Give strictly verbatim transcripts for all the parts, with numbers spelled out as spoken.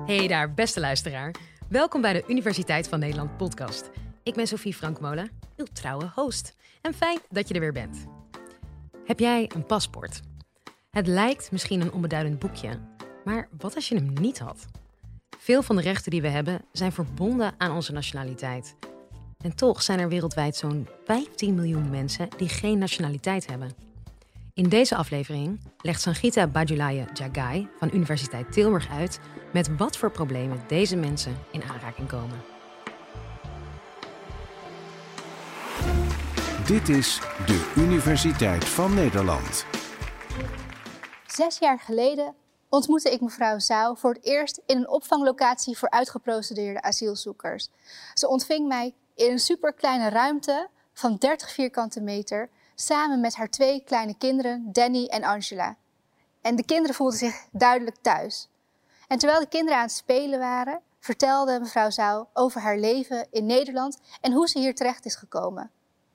Hey daar, beste luisteraar. Welkom bij de Universiteit van Nederland podcast. Ik ben Sophie Frankmolen, uw trouwe host. En fijn dat je er weer bent. Heb jij een paspoort? Het lijkt misschien een onbeduidend boekje, maar wat als je hem niet had? Veel van de rechten die we hebben zijn verbonden aan onze nationaliteit. En toch zijn er wereldwijd zo'n vijftien miljoen mensen die geen nationaliteit hebben. In deze aflevering legt Sangeeta Bajulaye Jagai van Universiteit Tilburg uit met wat voor problemen deze mensen in aanraking komen. Dit is de Universiteit van Nederland. Zes jaar geleden ontmoette ik mevrouw Zhao voor het eerst in een opvanglocatie voor uitgeprocedeerde asielzoekers. Ze ontving mij in een superkleine ruimte van dertig vierkante meter samen met haar twee kleine kinderen, Danny en Angela. En de kinderen voelden zich duidelijk thuis. En terwijl de kinderen aan het spelen waren, vertelde mevrouw Zhao over haar leven in Nederland en hoe ze hier terecht is gekomen.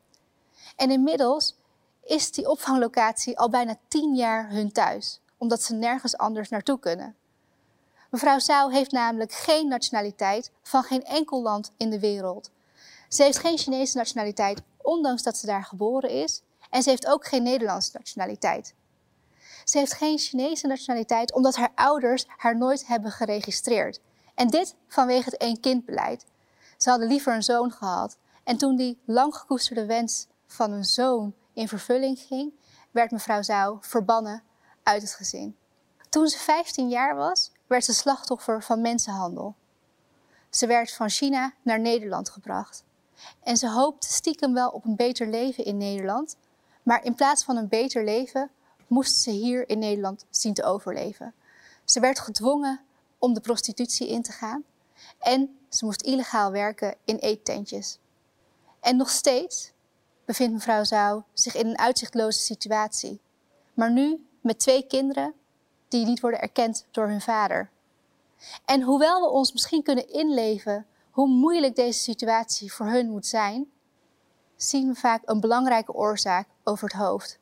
En inmiddels is die opvanglocatie al bijna tien jaar hun thuis, omdat ze nergens anders naartoe kunnen. Mevrouw Zhao heeft namelijk geen nationaliteit van geen enkel land in de wereld. Ze heeft geen Chinese nationaliteit, ondanks dat ze daar geboren is. En ze heeft ook geen Nederlandse nationaliteit. Ze heeft geen Chinese nationaliteit omdat haar ouders haar nooit hebben geregistreerd. En dit vanwege het één-kindbeleid. Ze hadden liever een zoon gehad. En toen die lang gekoesterde wens van een zoon in vervulling ging, werd mevrouw Zhao verbannen uit het gezin. Toen ze vijftien jaar was, werd ze slachtoffer van mensenhandel. Ze werd van China naar Nederland gebracht. En ze hoopte stiekem wel op een beter leven in Nederland. Maar in plaats van een beter leven moest ze hier in Nederland zien te overleven. Ze werd gedwongen om de prostitutie in te gaan. En ze moest illegaal werken in eettentjes. En nog steeds bevindt mevrouw Zhao zich in een uitzichtloze situatie. Maar nu met twee kinderen die niet worden erkend door hun vader. En hoewel we ons misschien kunnen inleven hoe moeilijk deze situatie voor hun moet zijn, zien we vaak een belangrijke oorzaak over het hoofd.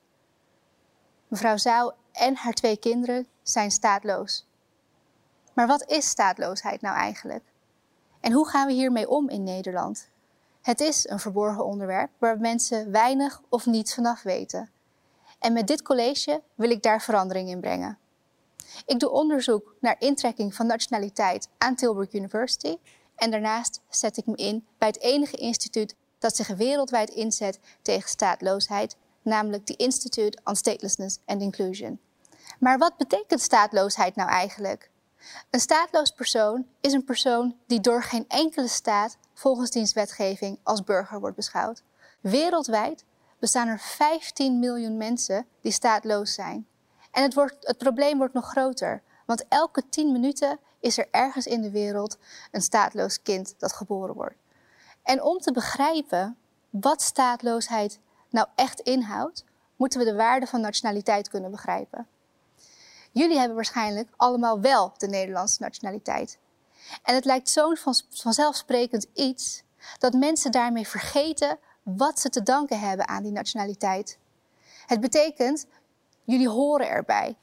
Mevrouw Zhao en haar twee kinderen zijn staatloos. Maar wat is staatloosheid nou eigenlijk? En hoe gaan we hiermee om in Nederland? Het is een verborgen onderwerp waar mensen weinig of niets vanaf weten. En met dit college wil ik daar verandering in brengen. Ik doe onderzoek naar intrekking van nationaliteit aan Tilburg University. En daarnaast zet ik me in bij het enige instituut dat zich wereldwijd inzet tegen staatloosheid, namelijk de Institute on Statelessness and Inclusion. Maar wat betekent staatloosheid nou eigenlijk? Een staatloos persoon is een persoon die door geen enkele staat volgens diens wetgeving als burger wordt beschouwd. Wereldwijd bestaan er vijftien miljoen mensen die staatloos zijn. En het, wordt, het probleem wordt nog groter, want elke tien minuten is er ergens in de wereld een staatloos kind dat geboren wordt. En om te begrijpen wat staatloosheid nou echt inhoudt, moeten we de waarde van nationaliteit kunnen begrijpen. Jullie hebben waarschijnlijk allemaal wel de Nederlandse nationaliteit. En het lijkt zo'n vanzelfsprekend iets dat mensen daarmee vergeten wat ze te danken hebben aan die nationaliteit. Het betekent, jullie horen erbij.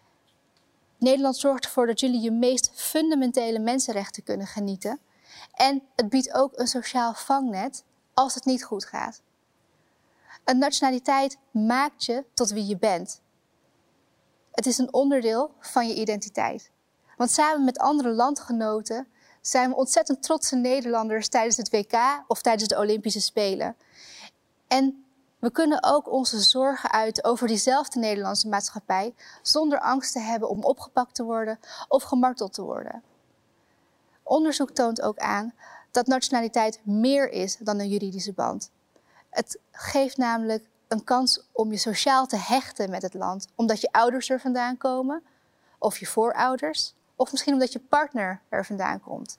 Nederland zorgt ervoor dat jullie je meest fundamentele mensenrechten kunnen genieten. En het biedt ook een sociaal vangnet als het niet goed gaat. Een nationaliteit maakt je tot wie je bent. Het is een onderdeel van je identiteit. Want samen met andere landgenoten zijn we ontzettend trotse Nederlanders tijdens het W K of tijdens de Olympische Spelen. En we kunnen ook onze zorgen uiten over diezelfde Nederlandse maatschappij zonder angst te hebben om opgepakt te worden of gemarteld te worden. Onderzoek toont ook aan dat nationaliteit meer is dan een juridische band. Het geeft namelijk een kans om je sociaal te hechten met het land, omdat je ouders er vandaan komen, of je voorouders, of misschien omdat je partner er vandaan komt.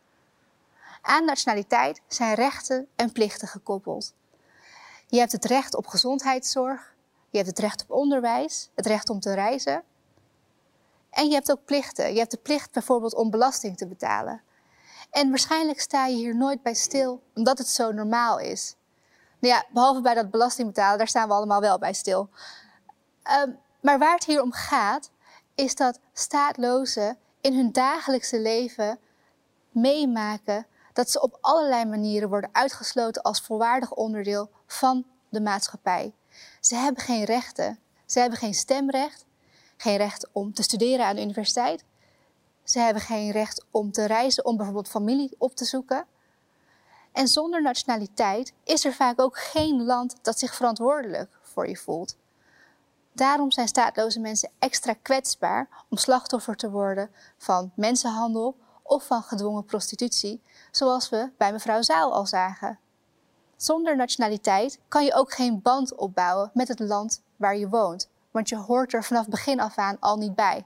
Aan nationaliteit zijn rechten en plichten gekoppeld. Je hebt het recht op gezondheidszorg, je hebt het recht op onderwijs, het recht om te reizen. En je hebt ook plichten. Je hebt de plicht bijvoorbeeld om belasting te betalen. En waarschijnlijk sta je hier nooit bij stil, omdat het zo normaal is. Nou ja, behalve bij dat belasting betalen, daar staan we allemaal wel bij stil. Um, maar waar het hier om gaat, is dat staatlozen in hun dagelijkse leven meemaken dat ze op allerlei manieren worden uitgesloten als volwaardig onderdeel van de maatschappij. Ze hebben geen rechten. Ze hebben geen stemrecht, geen recht om te studeren aan de universiteit. Ze hebben geen recht om te reizen, om bijvoorbeeld familie op te zoeken. En zonder nationaliteit is er vaak ook geen land dat zich verantwoordelijk voor je voelt. Daarom zijn staatloze mensen extra kwetsbaar om slachtoffer te worden van mensenhandel of van gedwongen prostitutie, zoals we bij mevrouw Zaal al zagen. Zonder nationaliteit kan je ook geen band opbouwen met het land waar je woont, want je hoort er vanaf begin af aan al niet bij.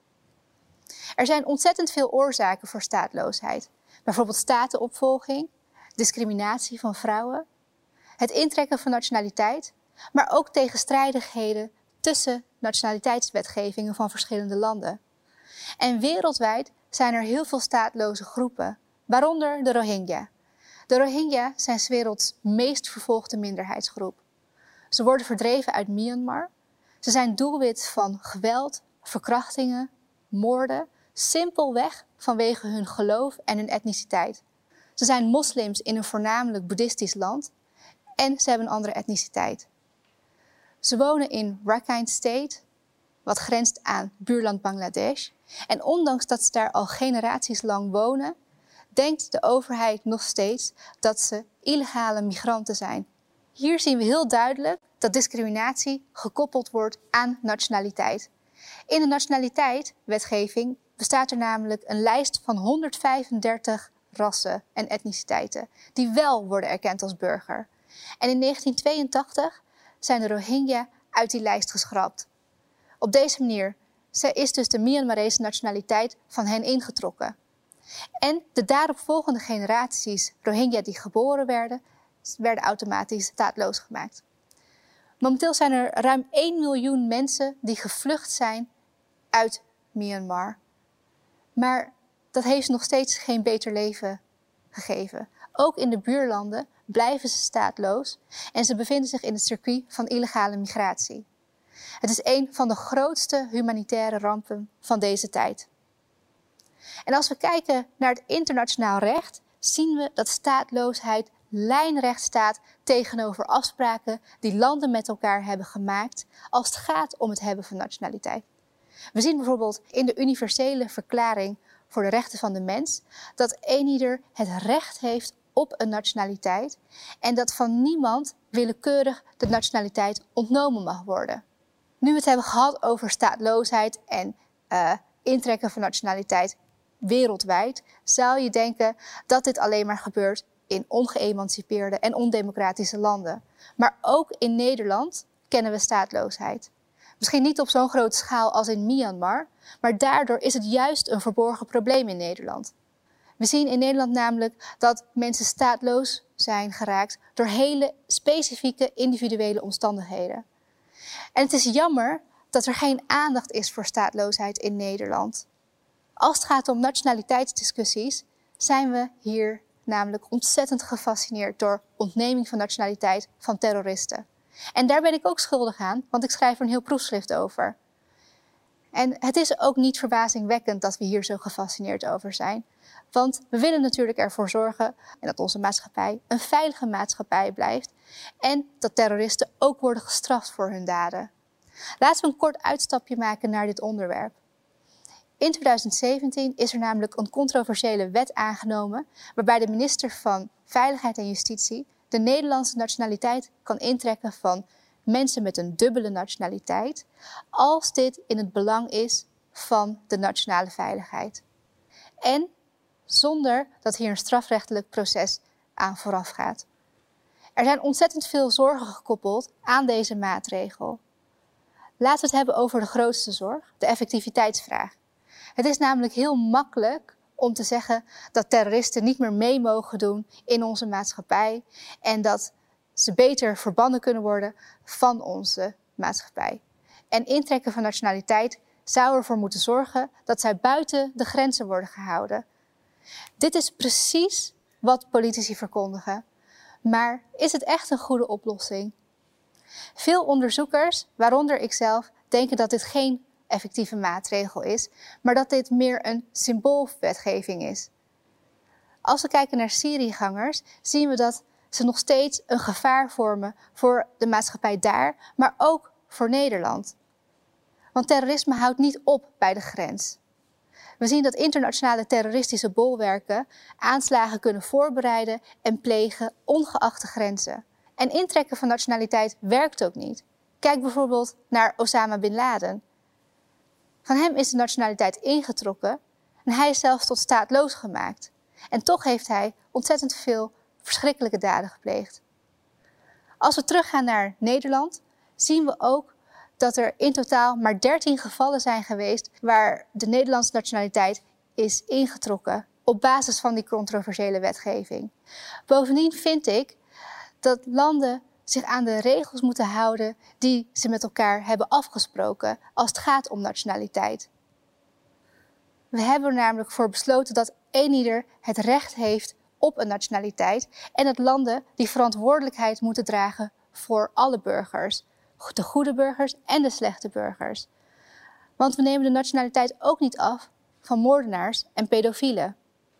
Er zijn ontzettend veel oorzaken voor staatloosheid. Bijvoorbeeld statenopvolging, discriminatie van vrouwen, het intrekken van nationaliteit, maar ook tegenstrijdigheden tussen nationaliteitswetgevingen van verschillende landen. En wereldwijd zijn er heel veel staatloze groepen, waaronder de Rohingya. De Rohingya zijn 's werelds meest vervolgde minderheidsgroep. Ze worden verdreven uit Myanmar. Ze zijn doelwit van geweld, verkrachtingen, moorden, simpelweg vanwege hun geloof en hun etniciteit. Ze zijn moslims in een voornamelijk boeddhistisch land en ze hebben een andere etniciteit. Ze wonen in Rakhine State, wat grenst aan buurland Bangladesh. En ondanks dat ze daar al generaties lang wonen, denkt de overheid nog steeds dat ze illegale migranten zijn. Hier zien we heel duidelijk dat discriminatie gekoppeld wordt aan nationaliteit. In de nationaliteitswetgeving bestaat er namelijk een lijst van honderdvijfendertig rassen en etniciteiten die wel worden erkend als burger. En in negentien tweeëntachtig zijn de Rohingya uit die lijst geschrapt. Op deze manier is dus de Myanmarese nationaliteit van hen ingetrokken. En de daaropvolgende generaties Rohingya die geboren werden, werden automatisch staatloos gemaakt. Momenteel zijn er ruim één miljoen mensen die gevlucht zijn uit Myanmar. Maar dat heeft nog steeds geen beter leven gegeven. Ook in de buurlanden blijven ze staatloos en ze bevinden zich in het circuit van illegale migratie. Het is een van de grootste humanitaire rampen van deze tijd. En als we kijken naar het internationaal recht, zien we dat staatloosheid lijnrecht staat tegenover afspraken die landen met elkaar hebben gemaakt als het gaat om het hebben van nationaliteit. We zien bijvoorbeeld in de universele verklaring voor de rechten van de mens dat eenieder het recht heeft op een nationaliteit en dat van niemand willekeurig de nationaliteit ontnomen mag worden. Nu we het hebben gehad over staatloosheid en uh, intrekken van nationaliteit wereldwijd, zou je denken dat dit alleen maar gebeurt in ongeëmancipeerde en ondemocratische landen. Maar ook in Nederland kennen we staatloosheid. Misschien niet op zo'n grote schaal als in Myanmar, maar daardoor is het juist een verborgen probleem in Nederland. We zien in Nederland namelijk dat mensen staatloos zijn geraakt door hele specifieke individuele omstandigheden. En het is jammer dat er geen aandacht is voor staatloosheid in Nederland. Als het gaat om nationaliteitsdiscussies, zijn we hier namelijk ontzettend gefascineerd door ontneming van nationaliteit van terroristen. En daar ben ik ook schuldig aan, want ik schrijf er een heel proefschrift over. En het is ook niet verbazingwekkend dat we hier zo gefascineerd over zijn. Want we willen natuurlijk ervoor zorgen dat onze maatschappij een veilige maatschappij blijft en dat terroristen ook worden gestraft voor hun daden. Laten we een kort uitstapje maken naar dit onderwerp. In twintig zeventien is er namelijk een controversiële wet aangenomen waarbij de minister van Veiligheid en Justitie de Nederlandse nationaliteit kan intrekken van mensen met een dubbele nationaliteit, als dit in het belang is van de nationale veiligheid. En zonder dat hier een strafrechtelijk proces aan vooraf gaat. Er zijn ontzettend veel zorgen gekoppeld aan deze maatregel. Laten we het hebben over de grootste zorg, de effectiviteitsvraag. Het is namelijk heel makkelijk om te zeggen dat terroristen niet meer mee mogen doen in onze maatschappij en dat ze beter verbannen kunnen worden van onze maatschappij. En intrekken van nationaliteit zou ervoor moeten zorgen dat zij buiten de grenzen worden gehouden. Dit is precies wat politici verkondigen. Maar is het echt een goede oplossing? Veel onderzoekers, waaronder ikzelf, denken dat dit geen effectieve maatregel is, maar dat dit meer een symboolwetgeving is. Als we kijken naar Syriëgangers, zien we dat ze nog steeds een gevaar vormen voor de maatschappij daar, maar ook voor Nederland. Want terrorisme houdt niet op bij de grens. We zien dat internationale terroristische bolwerken aanslagen kunnen voorbereiden en plegen ongeacht de grenzen. En intrekken van nationaliteit werkt ook niet. Kijk bijvoorbeeld naar Osama Bin Laden. Van hem is de nationaliteit ingetrokken en hij is zelfs tot staatloos gemaakt. En toch heeft hij ontzettend veel verschrikkelijke daden gepleegd. Als we teruggaan naar Nederland, zien we ook dat er in totaal maar dertien gevallen zijn geweest waar de Nederlandse nationaliteit is ingetrokken op basis van die controversiële wetgeving. Bovendien vind ik dat landen zich aan de regels moeten houden die ze met elkaar hebben afgesproken als het gaat om nationaliteit. We hebben er namelijk voor besloten dat eenieder het recht heeft op een nationaliteit en dat landen die verantwoordelijkheid moeten dragen voor alle burgers. De goede burgers en de slechte burgers. Want we nemen de nationaliteit ook niet af van moordenaars en pedofielen.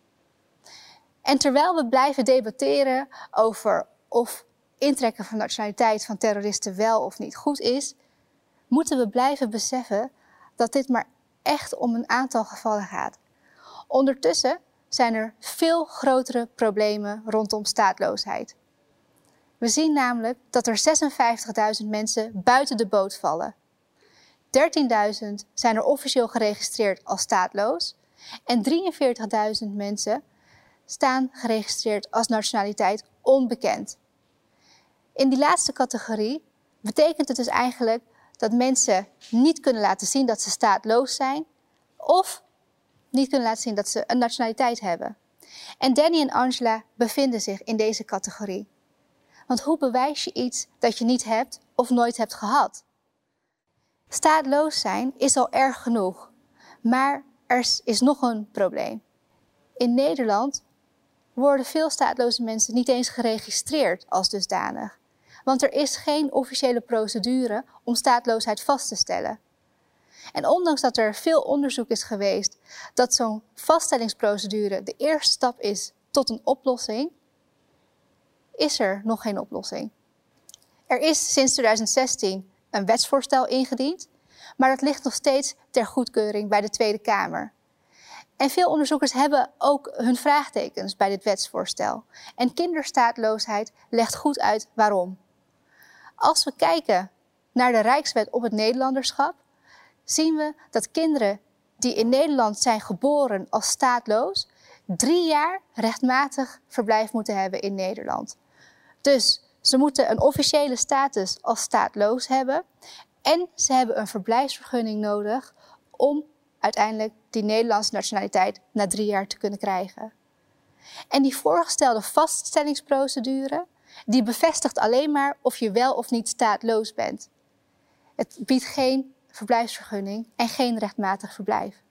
En terwijl we blijven debatteren over of intrekken van nationaliteit van terroristen wel of niet goed is, moeten we blijven beseffen dat dit maar echt om een aantal gevallen gaat. Ondertussen zijn er veel grotere problemen rondom staatloosheid. We zien namelijk dat er zesenvijftigduizend mensen buiten de boot vallen. dertienduizend zijn er officieel geregistreerd als staatloos en drieënveertigduizend mensen staan geregistreerd als nationaliteit onbekend. In die laatste categorie betekent het dus eigenlijk dat mensen niet kunnen laten zien dat ze staatloos zijn of niet kunnen laten zien dat ze een nationaliteit hebben. En Danny en Angela bevinden zich in deze categorie. Want hoe bewijs je iets dat je niet hebt of nooit hebt gehad? Staatloos zijn is al erg genoeg, maar er is nog een probleem. In Nederland worden veel staatloze mensen niet eens geregistreerd als dusdanig. Want er is geen officiële procedure om staatloosheid vast te stellen. En ondanks dat er veel onderzoek is geweest dat zo'n vaststellingsprocedure de eerste stap is tot een oplossing, is er nog geen oplossing. Er is sinds tweeduizend zestien een wetsvoorstel ingediend, maar dat ligt nog steeds ter goedkeuring bij de Tweede Kamer. En veel onderzoekers hebben ook hun vraagtekens bij dit wetsvoorstel. En kinderstaatloosheid legt goed uit waarom. Als we kijken naar de Rijkswet op het Nederlanderschap, zien we dat kinderen die in Nederland zijn geboren als staatloos, drie jaar rechtmatig verblijf moeten hebben in Nederland. Dus ze moeten een officiële status als staatloos hebben en ze hebben een verblijfsvergunning nodig om uiteindelijk die Nederlandse nationaliteit na drie jaar te kunnen krijgen. En die voorgestelde vaststellingsprocedure, die bevestigt alleen maar of je wel of niet staatloos bent. Het biedt geen verblijfsvergunning en geen rechtmatig verblijf.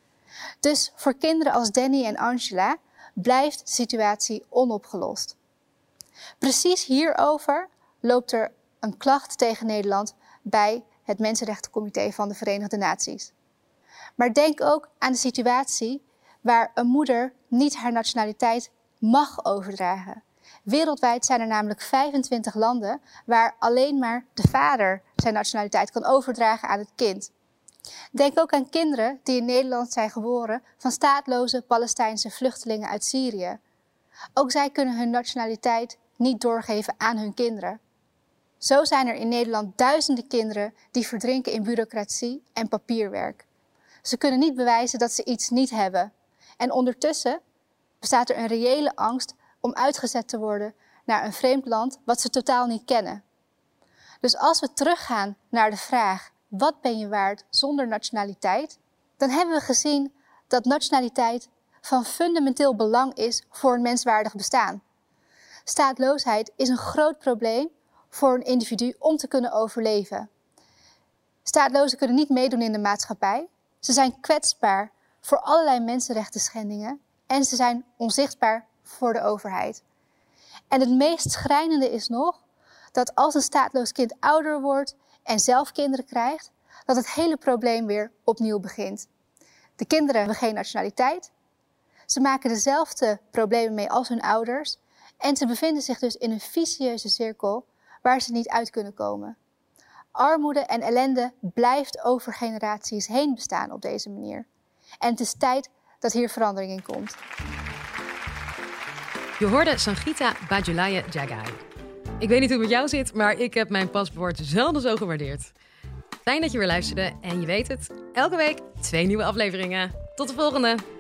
Dus voor kinderen als Danny en Angela blijft de situatie onopgelost. Precies hierover loopt er een klacht tegen Nederland bij het Mensenrechtencomité van de Verenigde Naties. Maar denk ook aan de situatie waar een moeder niet haar nationaliteit mag overdragen. Wereldwijd zijn er namelijk vijfentwintig landen waar alleen maar de vader zijn nationaliteit kan overdragen aan het kind. Denk ook aan kinderen die in Nederland zijn geboren van staatloze Palestijnse vluchtelingen uit Syrië. Ook zij kunnen hun nationaliteit niet doorgeven aan hun kinderen. Zo zijn er in Nederland duizenden kinderen die verdrinken in bureaucratie en papierwerk. Ze kunnen niet bewijzen dat ze iets niet hebben. En ondertussen bestaat er een reële angst om uitgezet te worden naar een vreemd land wat ze totaal niet kennen. Dus als we teruggaan naar de vraag, wat ben je waard zonder nationaliteit? Dan hebben we gezien dat nationaliteit van fundamenteel belang is voor een menswaardig bestaan. Staatloosheid is een groot probleem voor een individu om te kunnen overleven. Staatlozen kunnen niet meedoen in de maatschappij. Ze zijn kwetsbaar voor allerlei mensenrechten schendingen en ze zijn onzichtbaar voor de overheid. En het meest schrijnende is nog dat als een staatloos kind ouder wordt en zelf kinderen krijgt, dat het hele probleem weer opnieuw begint. De kinderen hebben geen nationaliteit. Ze maken dezelfde problemen mee als hun ouders. En ze bevinden zich dus in een vicieuze cirkel waar ze niet uit kunnen komen. Armoede en ellende blijft over generaties heen bestaan op deze manier. En het is tijd dat hier verandering in komt. Je hoorde Sangeeta Bajulaya Jagai. Ik weet niet hoe het met jou zit, maar ik heb mijn paspoort zelden zo gewaardeerd. Fijn dat je weer luisterde en je weet het, elke week twee nieuwe afleveringen. Tot de volgende!